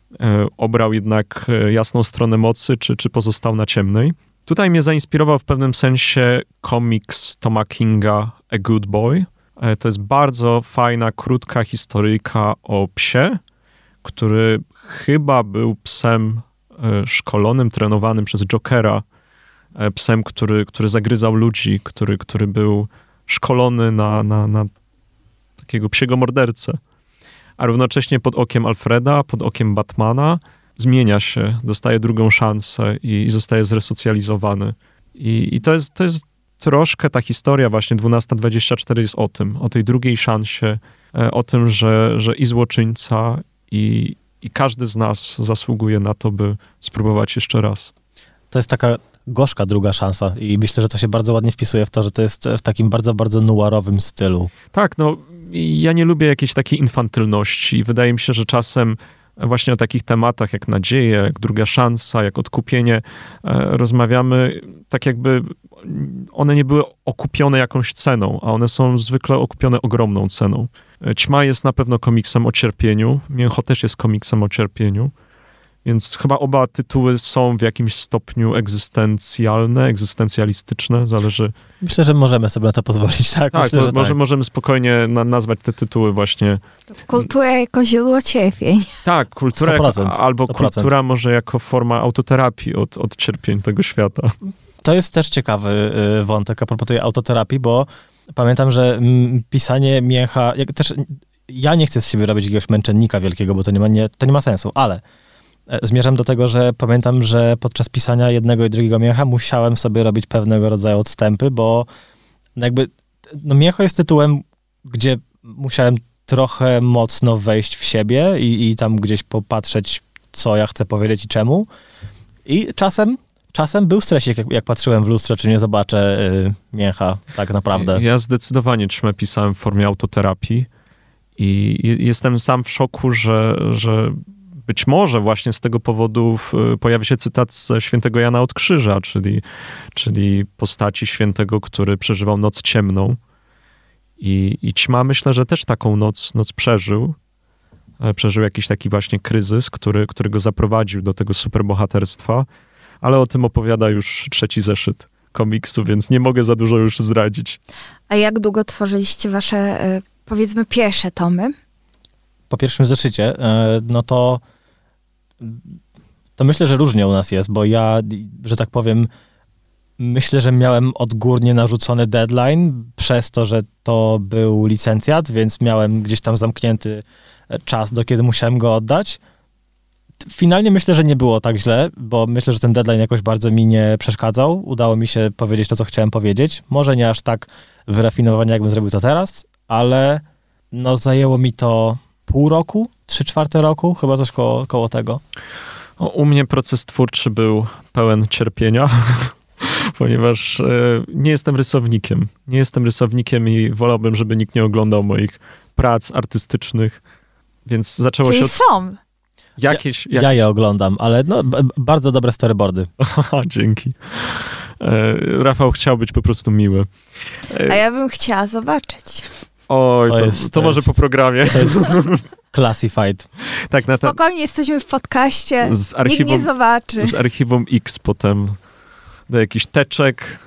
obrał jednak jasną stronę mocy, czy, czy pozostał na ciemnej. Tutaj mnie zainspirował w pewnym sensie komiks Toma Kinga A Good Boy. To jest bardzo fajna, krótka historyjka o psie, który chyba był psem szkolonym, trenowanym przez Jokera, psem, który, który zagryzał ludzi, który, który był szkolony na, na, na takiego psiego mordercę. A równocześnie pod okiem Alfreda, pod okiem Batmana zmienia się, dostaje drugą szansę i, i zostaje zresocjalizowany. I, i to, jest, to jest troszkę ta historia właśnie dwunasta dwadzieścia cztery jest o tym, o tej drugiej szansie, o tym, że, że i złoczyńca, i, i każdy z nas zasługuje na to, by spróbować jeszcze raz. To jest taka gorzka druga szansa i myślę, że to się bardzo ładnie wpisuje w to, że to jest w takim bardzo, bardzo nuarowym stylu. Tak, no ja nie lubię jakiejś takiej infantylności. Wydaje mi się, że czasem właśnie o takich tematach jak nadzieja, jak druga szansa, jak odkupienie rozmawiamy tak jakby one nie były okupione jakąś ceną, a one są zwykle okupione ogromną ceną. Ćma jest na pewno komiksem o cierpieniu, Mięcho też jest komiksem o cierpieniu, więc chyba oba tytuły są w jakimś stopniu egzystencjalne, egzystencjalistyczne, zależy... Myślę, że możemy sobie na to pozwolić, tak? Tak, Myślę, mo- że może, tak. możemy spokojnie na- nazwać te tytuły właśnie... Kultura jako źródło cierpień. Tak, kultura sto procent, jako, albo sto procent. kultura może jako forma autoterapii od, od cierpień tego świata. To jest też ciekawy y, wątek a propos tej autoterapii, bo pamiętam, że mm, pisanie Mięcha, jak też ja nie chcę z siebie robić jakiegoś męczennika wielkiego, bo to nie ma, nie, to nie ma sensu, ale e, zmierzam do tego, że pamiętam, że podczas pisania jednego i drugiego Mięcha musiałem sobie robić pewnego rodzaju odstępy, bo jakby no Mięcho jest tytułem, gdzie musiałem trochę mocno wejść w siebie i, i tam gdzieś popatrzeć, co ja chcę powiedzieć i czemu. I czasem Czasem był stresik, jak, jak patrzyłem w lustro, czy nie zobaczę y, Mięcha tak naprawdę. Ja zdecydowanie Ćmę pisałem w formie autoterapii i jestem sam w szoku, że, że być może właśnie z tego powodu pojawi się cytat ze świętego Jana od Krzyża, czyli, czyli postaci świętego, który przeżywał noc ciemną. I, i Ćma myślę, że też taką noc, noc przeżył. Przeżył jakiś taki właśnie kryzys, który, który go zaprowadził do tego superbohaterstwa. Ale o tym opowiada już trzeci zeszyt komiksu, więc nie mogę za dużo już zdradzić. A jak długo tworzyliście wasze, powiedzmy, pierwsze tomy? Po pierwszym zeszycie, no to to myślę, że różnie u nas jest, bo ja, że tak powiem, myślę, że miałem odgórnie narzucony deadline przez to, że to był licencjat, więc miałem gdzieś tam zamknięty czas, do kiedy musiałem go oddać. Finalnie myślę, że nie było tak źle, bo myślę, że ten deadline jakoś bardzo mi nie przeszkadzał. Udało mi się powiedzieć to, co chciałem powiedzieć. Może nie aż tak wyrafinowanie, jakbym zrobił to teraz, ale no zajęło mi to pół roku, trzy czwarte roku, chyba coś koło, koło tego. O, u mnie proces twórczy był pełen cierpienia, ponieważ e, nie jestem rysownikiem. Nie jestem rysownikiem i wolałbym, żeby nikt nie oglądał moich prac artystycznych, więc zaczęło Czyli się od... są. Jakieś, ja, jakieś... ja je oglądam, ale no, b- bardzo dobre storyboardy. Aha, dzięki. E, Rafał chciał być po prostu miły. A ja bym chciała zobaczyć. Oj, To to, jest- to, to może jest- po programie. To jest classified. Tak, na ta, Spokojnie, jesteśmy w podcaście. z, Nikt nie archiwum, zobaczy. z archiwum X potem do jakichś teczek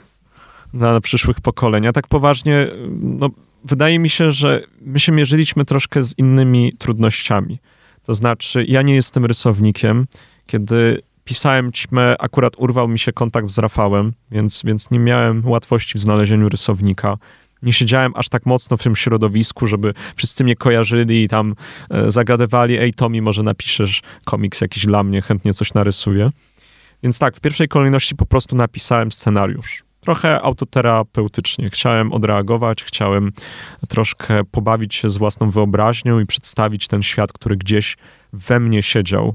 dla przyszłych pokoleń. A tak poważnie, no, wydaje mi się, że my się mierzyliśmy troszkę z innymi trudnościami. To znaczy, ja nie jestem rysownikiem. Kiedy pisałem ćmę, akurat urwał mi się kontakt z Rafałem, więc, więc nie miałem łatwości w znalezieniu rysownika. Nie siedziałem aż tak mocno w tym środowisku, żeby wszyscy mnie kojarzyli i tam e, zagadywali, ej Tomi, może napiszesz komiks jakiś dla mnie, chętnie coś narysuję. Więc tak, w pierwszej kolejności po prostu napisałem scenariusz. Trochę autoterapeutycznie. Chciałem odreagować, chciałem troszkę pobawić się z własną wyobraźnią i przedstawić ten świat, który gdzieś we mnie siedział.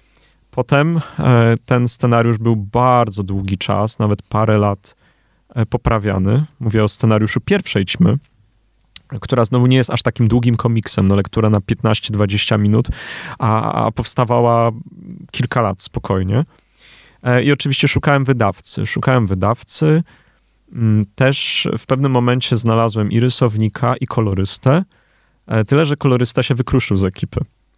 Potem e, ten scenariusz był bardzo długi czas, nawet parę lat e, poprawiany. Mówię o scenariuszu pierwszej ćmy, która znowu nie jest aż takim długim komiksem, no lektura na piętnaście dwadzieścia minut, a, a powstawała kilka lat spokojnie. E, I oczywiście szukałem wydawcy. Szukałem wydawcy. M, też w pewnym momencie znalazłem i rysownika, i kolorystę. E, tyle, że kolorysta się wykruszył z ekipy.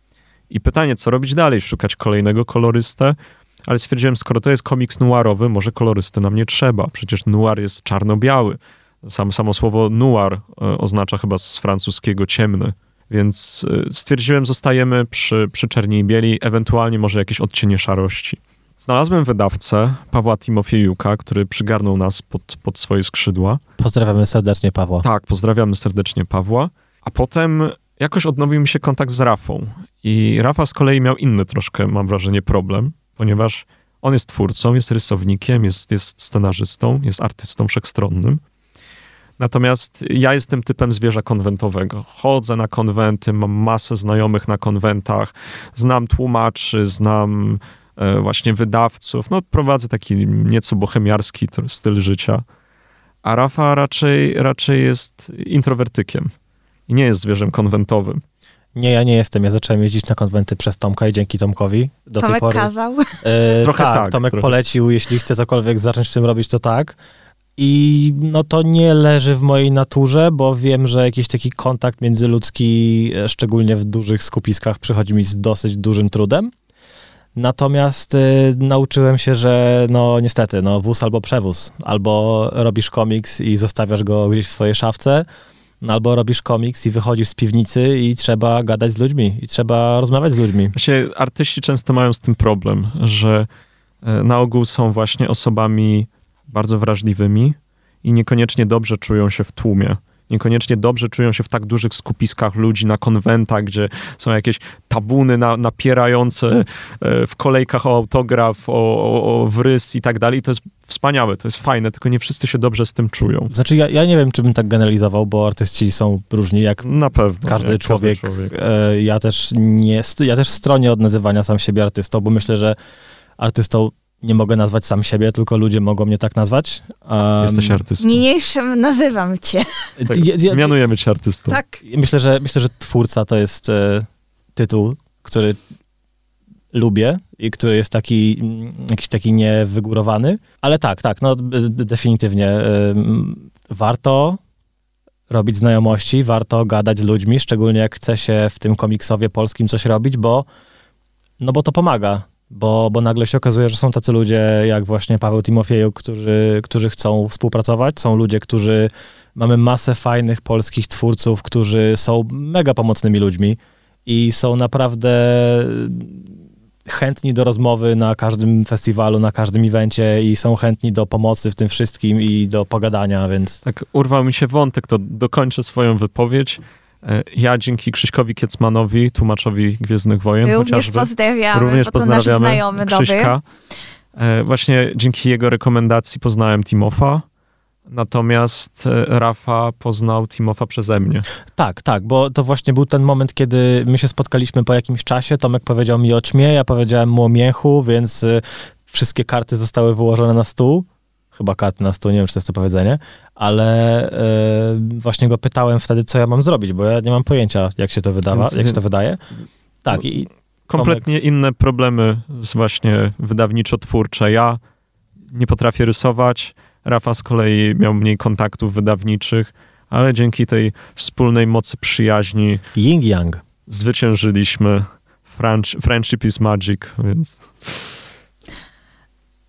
I pytanie, co robić dalej? Szukać kolejnego kolorystę? Ale stwierdziłem, skoro to jest komiks noirowy, może kolorysty nam nie trzeba. Przecież noir jest czarno-biały. Sam, samo słowo noir e, oznacza chyba z francuskiego ciemny. Więc e, stwierdziłem, zostajemy przy, przy czerni i bieli, ewentualnie może jakieś odcienie szarości. Znalazłem wydawcę, Pawła Timofiejuka, który przygarnął nas pod, pod swoje skrzydła. Pozdrawiamy serdecznie Pawła. Tak, pozdrawiamy serdecznie Pawła. A potem jakoś odnowił mi się kontakt z Rafą. I Rafa z kolei miał inny troszkę, mam wrażenie, problem, ponieważ on jest twórcą, jest rysownikiem, jest, jest scenarzystą, jest artystą wszechstronnym. Natomiast ja jestem typem zwierza konwentowego. Chodzę na konwenty, mam masę znajomych na konwentach, znam tłumaczy, znam e, właśnie wydawców. No, prowadzę taki nieco bohemiarski styl życia. A Rafa raczej, raczej jest introwertykiem i nie jest zwierzem konwentowym. Nie, ja nie jestem. Ja zacząłem jeździć na konwenty przez Tomka i dzięki Tomkowi. Do Tomek tej pory, kazał. E, Trochę tak, tak, Tomek trochę. polecił, jeśli chce cokolwiek zacząć w tym robić, to tak. I no to nie leży w mojej naturze, bo wiem, że jakiś taki kontakt międzyludzki, e, szczególnie w dużych skupiskach, przychodzi mi z dosyć dużym trudem. Natomiast e, nauczyłem się, że no niestety, no wóz albo przewóz. Albo robisz komiks i zostawiasz go gdzieś w swojej szafce, no, albo robisz komiks i wychodzisz z piwnicy i trzeba gadać z ludźmi, i trzeba rozmawiać z ludźmi. Właśnie artyści często mają z tym problem, że e, na ogół są właśnie osobami bardzo wrażliwymi i niekoniecznie dobrze czują się w tłumie. Niekoniecznie dobrze czują się w tak dużych skupiskach ludzi, na konwentach, gdzie są jakieś tabuny na, napierające e, w kolejkach o autograf, o, o, o wrys i tak dalej. To jest wspaniałe, to jest fajne, tylko nie wszyscy się dobrze z tym czują. Znaczy ja, ja nie wiem, czy bym tak generalizował, bo artyści są różni, jak Na pewno. każdy jak człowiek. Każdy człowiek. E, ja też nie, st- ja też stronię od nazywania sam siebie artystą, bo myślę, że artystą nie mogę nazwać sam siebie, tylko ludzie mogą mnie tak nazwać. Um, Jesteś artystą. Niniejszym nazywam cię. Tak, ja, ja, mianujemy cię artystą. Tak. myślę, że, myślę, że twórca to jest e, tytuł, który lubię i który jest taki, mm, jakiś taki niewygórowany, ale tak, tak, no d- definitywnie e, m, warto robić znajomości, warto gadać z ludźmi, szczególnie jak chce się w tym komiksowie polskim coś robić, bo no bo to pomaga, bo, bo nagle się okazuje, że są tacy ludzie jak właśnie Paweł Timofiejuk, którzy, którzy chcą współpracować, są ludzie, którzy, mamy masę fajnych polskich twórców, którzy są mega pomocnymi ludźmi i są naprawdę chętni do rozmowy na każdym festiwalu, na każdym evencie i są chętni do pomocy w tym wszystkim i do pogadania, więc... Tak, urwał mi się wątek, to dokończę swoją wypowiedź. E, Ja dzięki Krzyśkowi Kiecmanowi, tłumaczowi Gwiezdnych Wojen Również chociażby, pozdrawiamy, również bo to nasz pozdrawiamy znajomy dobry. Krzyśka. E, Właśnie dzięki jego rekomendacji poznałem Timofa, natomiast e, Rafa poznał Timofa przeze mnie. Tak, tak, bo to właśnie był ten moment, kiedy my się spotkaliśmy po jakimś czasie, Tomek powiedział mi o ćmie, ja powiedziałem mu o mięchu, więc y, wszystkie karty zostały wyłożone na stół. Chyba karty na stół, nie wiem, czy to jest to powiedzenie, ale y, właśnie go pytałem wtedy, co ja mam zrobić, bo ja nie mam pojęcia, jak się to wydawa, Więc- jak się to wydaje. Tak, No, i Kompletnie inne problemy z właśnie wydawniczo-twórcze. Ja nie potrafię rysować, Rafa z kolei miał mniej kontaktów wydawniczych, ale dzięki tej wspólnej mocy przyjaźni yin-yang. zwyciężyliśmy. French, friendship is magic, więc...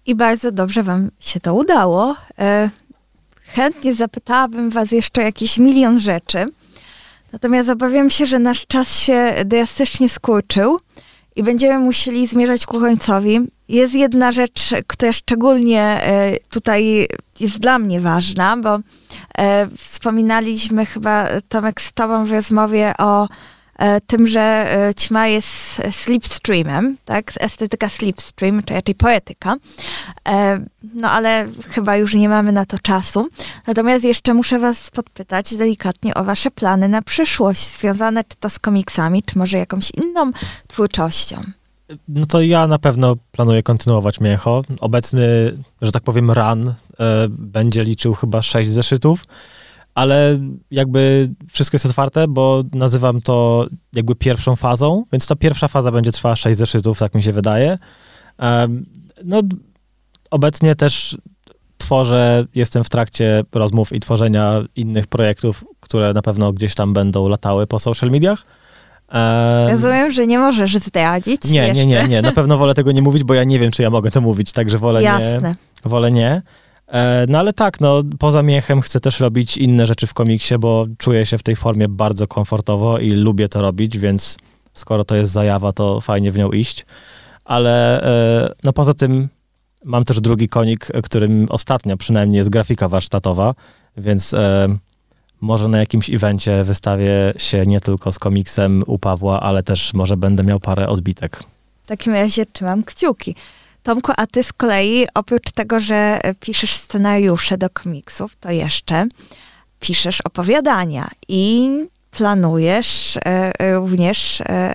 I bardzo dobrze wam się to udało. E, chętnie zapytałabym was jeszcze o jakiś milion rzeczy. Natomiast obawiam się, że nasz czas się drastycznie skurczył i będziemy musieli zmierzać ku końcowi. Jest jedna rzecz, która szczególnie e, tutaj jest dla mnie ważna, bo e, wspominaliśmy chyba, Tomek, z tobą w rozmowie o e, tym, że e, ćma jest slipstreamem, tak? Estetyka slipstream, czy raczej poetyka. E, no ale chyba już nie mamy na to czasu. Natomiast jeszcze muszę was podpytać delikatnie o wasze plany na przyszłość, związane czy to z komiksami, czy może jakąś inną twórczością. No to ja na pewno planuję kontynuować Mięcho. Obecny, że tak powiem, run y, będzie liczył chyba sześć zeszytów, ale jakby wszystko jest otwarte, bo nazywam to jakby pierwszą fazą, więc ta pierwsza faza będzie trwała sześć zeszytów, tak mi się wydaje. Y, no obecnie też tworzę, jestem w trakcie rozmów i tworzenia innych projektów, które na pewno gdzieś tam będą latały po social mediach. Rozumiem, że nie możesz zdradzić Nie, jeszcze. nie, nie, nie. Na pewno wolę tego nie mówić, bo ja nie wiem, czy ja mogę to mówić, także wolę Jasne. nie. Wolę nie. No ale tak, no poza Mięchem chcę też robić inne rzeczy w komiksie, bo czuję się w tej formie bardzo komfortowo i lubię to robić, więc skoro to jest zajawa, to fajnie w nią iść. Ale no poza tym mam też drugi konik, którym ostatnio przynajmniej jest grafika warsztatowa, więc może na jakimś evencie wystawię się nie tylko z komiksem u Pawła, ale też może będę miał parę odbitek. W takim razie trzymam kciuki. Tomku, a ty z kolei, oprócz tego, że piszesz scenariusze do komiksów, to jeszcze piszesz opowiadania i planujesz e, również e,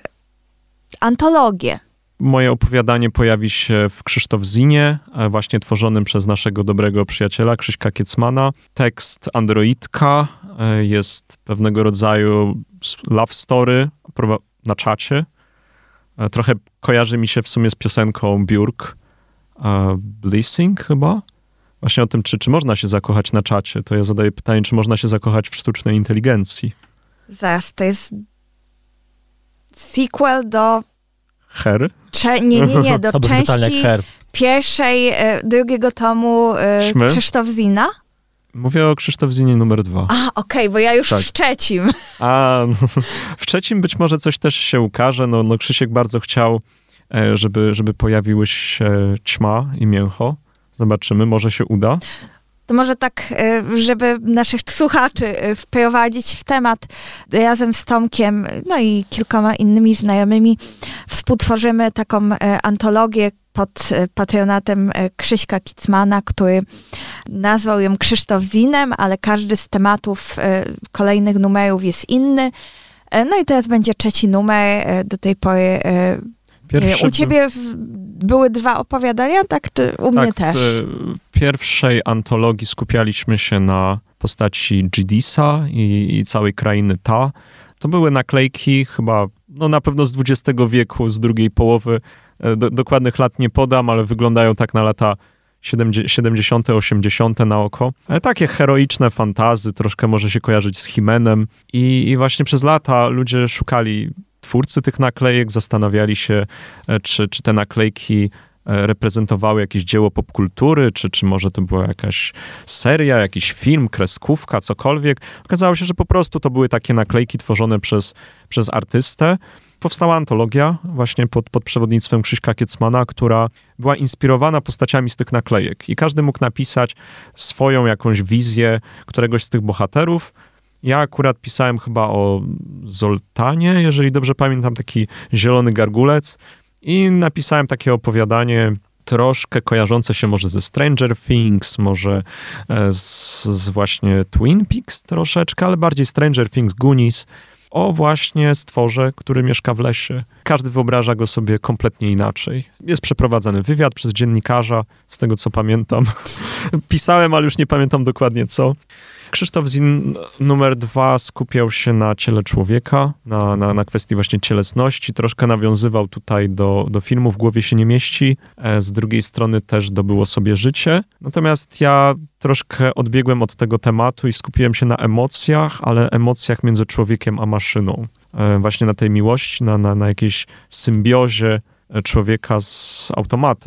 antologię. Moje opowiadanie pojawi się w Krzysztofzinie, właśnie tworzonym przez naszego dobrego przyjaciela Krzyśka Kiecmana. Tekst Androidka jest pewnego rodzaju love story na czacie. Trochę kojarzy mi się w sumie z piosenką Björk, Blessing chyba. Właśnie o tym, czy, czy można się zakochać na czacie. To ja zadaję pytanie, czy można się zakochać w sztucznej inteligencji. Zaraz, to jest sequel do... Her? Cze- nie, nie, nie, do to części pierwszej, e, drugiego tomu e, Krzysztofzina. Mówię o Krzysztofzinie numer dwa. A, okej, okay, bo ja już tak. w trzecim. A, no, w trzecim być może coś też się ukaże. No, no Krzysiek bardzo chciał, żeby, żeby pojawiły się Ćma i Mięcho. Zobaczymy, może się uda. To może tak, żeby naszych słuchaczy wprowadzić w temat, razem z Tomkiem, no i kilkoma innymi znajomymi współtworzymy taką antologię pod patronatem Krzyśka Kiecmana, który nazwał ją Krzysztofzinem, ale każdy z tematów kolejnych numerów jest inny. No i teraz będzie trzeci numer. Do tej pory Pierwszy... u ciebie były dwa opowiadania, tak? Czy u tak, mnie też? W pierwszej antologii skupialiśmy się na postaci Jidisa i, i całej krainy Ta. To były naklejki chyba, no na pewno z dwudziestego wieku, z drugiej połowy. Do, dokładnych lat nie podam, ale wyglądają tak na lata siedemdziesiąte, osiemdziesiąte na oko. Ale takie heroiczne fantazy, troszkę może się kojarzyć z He-Manem. I, i właśnie przez lata ludzie szukali, twórcy tych naklejek zastanawiali się, czy, czy te naklejki reprezentowały jakieś dzieło popkultury, czy, czy może to była jakaś seria, jakiś film, kreskówka, cokolwiek. Okazało się, że po prostu to były takie naklejki tworzone przez, przez artystę. Powstała antologia właśnie pod, pod przewodnictwem Krzyśka Kiecmana, która była inspirowana postaciami z tych naklejek. I każdy mógł napisać swoją jakąś wizję któregoś z tych bohaterów. Ja akurat pisałem chyba o Zoltanie, jeżeli dobrze pamiętam, taki zielony gargulec. I napisałem takie opowiadanie troszkę kojarzące się może ze Stranger Things, może z, z właśnie Twin Peaks troszeczkę, ale bardziej Stranger Things, Goonies, o właśnie stworze, który mieszka w lesie. Każdy wyobraża go sobie kompletnie inaczej. Jest przeprowadzany wywiad przez dziennikarza, z tego co pamiętam. Pisałem, ale już nie pamiętam dokładnie co. Krzysztofzin numer dwa skupiał się na ciele człowieka, na, na, na kwestii właśnie cielesności. Troszkę nawiązywał tutaj do, do filmu W głowie się nie mieści. Z drugiej strony też dobyło sobie życie. Natomiast ja troszkę odbiegłem od tego tematu i skupiłem się na emocjach, ale emocjach między człowiekiem a maszyną. Właśnie na tej miłości, na, na, na jakiejś symbiozie człowieka z automatem.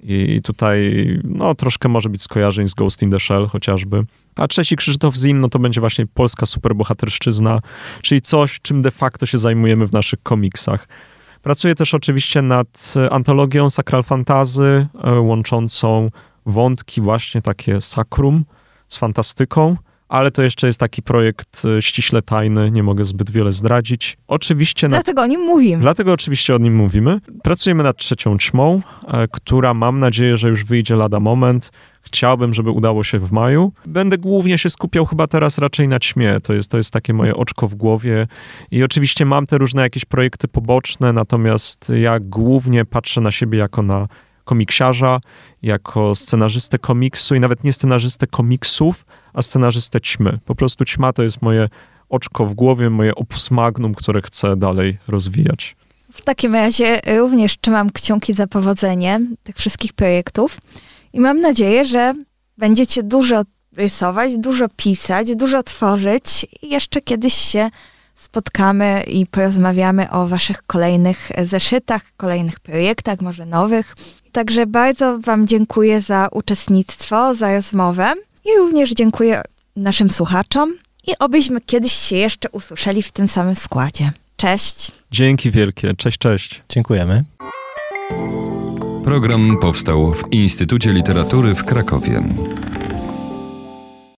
I tutaj no, troszkę może być skojarzeń z Ghost in the Shell chociażby. A trzeci Krzysztof Zin, no to będzie właśnie polska superbohaterszczyzna, czyli coś, czym de facto się zajmujemy w naszych komiksach. Pracuję też oczywiście nad antologią Sacral Fantasy, łączącą wątki właśnie takie sakrum z fantastyką, ale to jeszcze jest taki projekt ściśle tajny, nie mogę zbyt wiele zdradzić. Oczywiście Dlatego nad... o nim mówimy. Dlatego oczywiście o nim mówimy. Pracujemy nad trzecią ćmą, która mam nadzieję, że już wyjdzie lada moment. Chciałbym, żeby udało się w maju. Będę głównie się skupiał chyba teraz raczej na ćmie. To jest, to jest takie moje oczko w głowie. I oczywiście mam te różne jakieś projekty poboczne, natomiast ja głównie patrzę na siebie jako na komiksiarza, jako scenarzystę komiksu i nawet nie scenarzystę komiksów, a scenarzystę ćmy. Po prostu ćma to jest moje oczko w głowie, moje opus magnum, które chcę dalej rozwijać. W takim razie również trzymam kciuki za powodzenie tych wszystkich projektów i mam nadzieję, że będziecie dużo rysować, dużo pisać, dużo tworzyć i jeszcze kiedyś się spotkamy i porozmawiamy o waszych kolejnych zeszytach, kolejnych projektach, może nowych. Także bardzo wam dziękuję za uczestnictwo, za rozmowę i również dziękuję naszym słuchaczom i obyśmy kiedyś się jeszcze usłyszeli w tym samym składzie. Cześć. Dzięki wielkie. Cześć, cześć. Dziękujemy. Program powstał w Instytucie Literatury w Krakowie.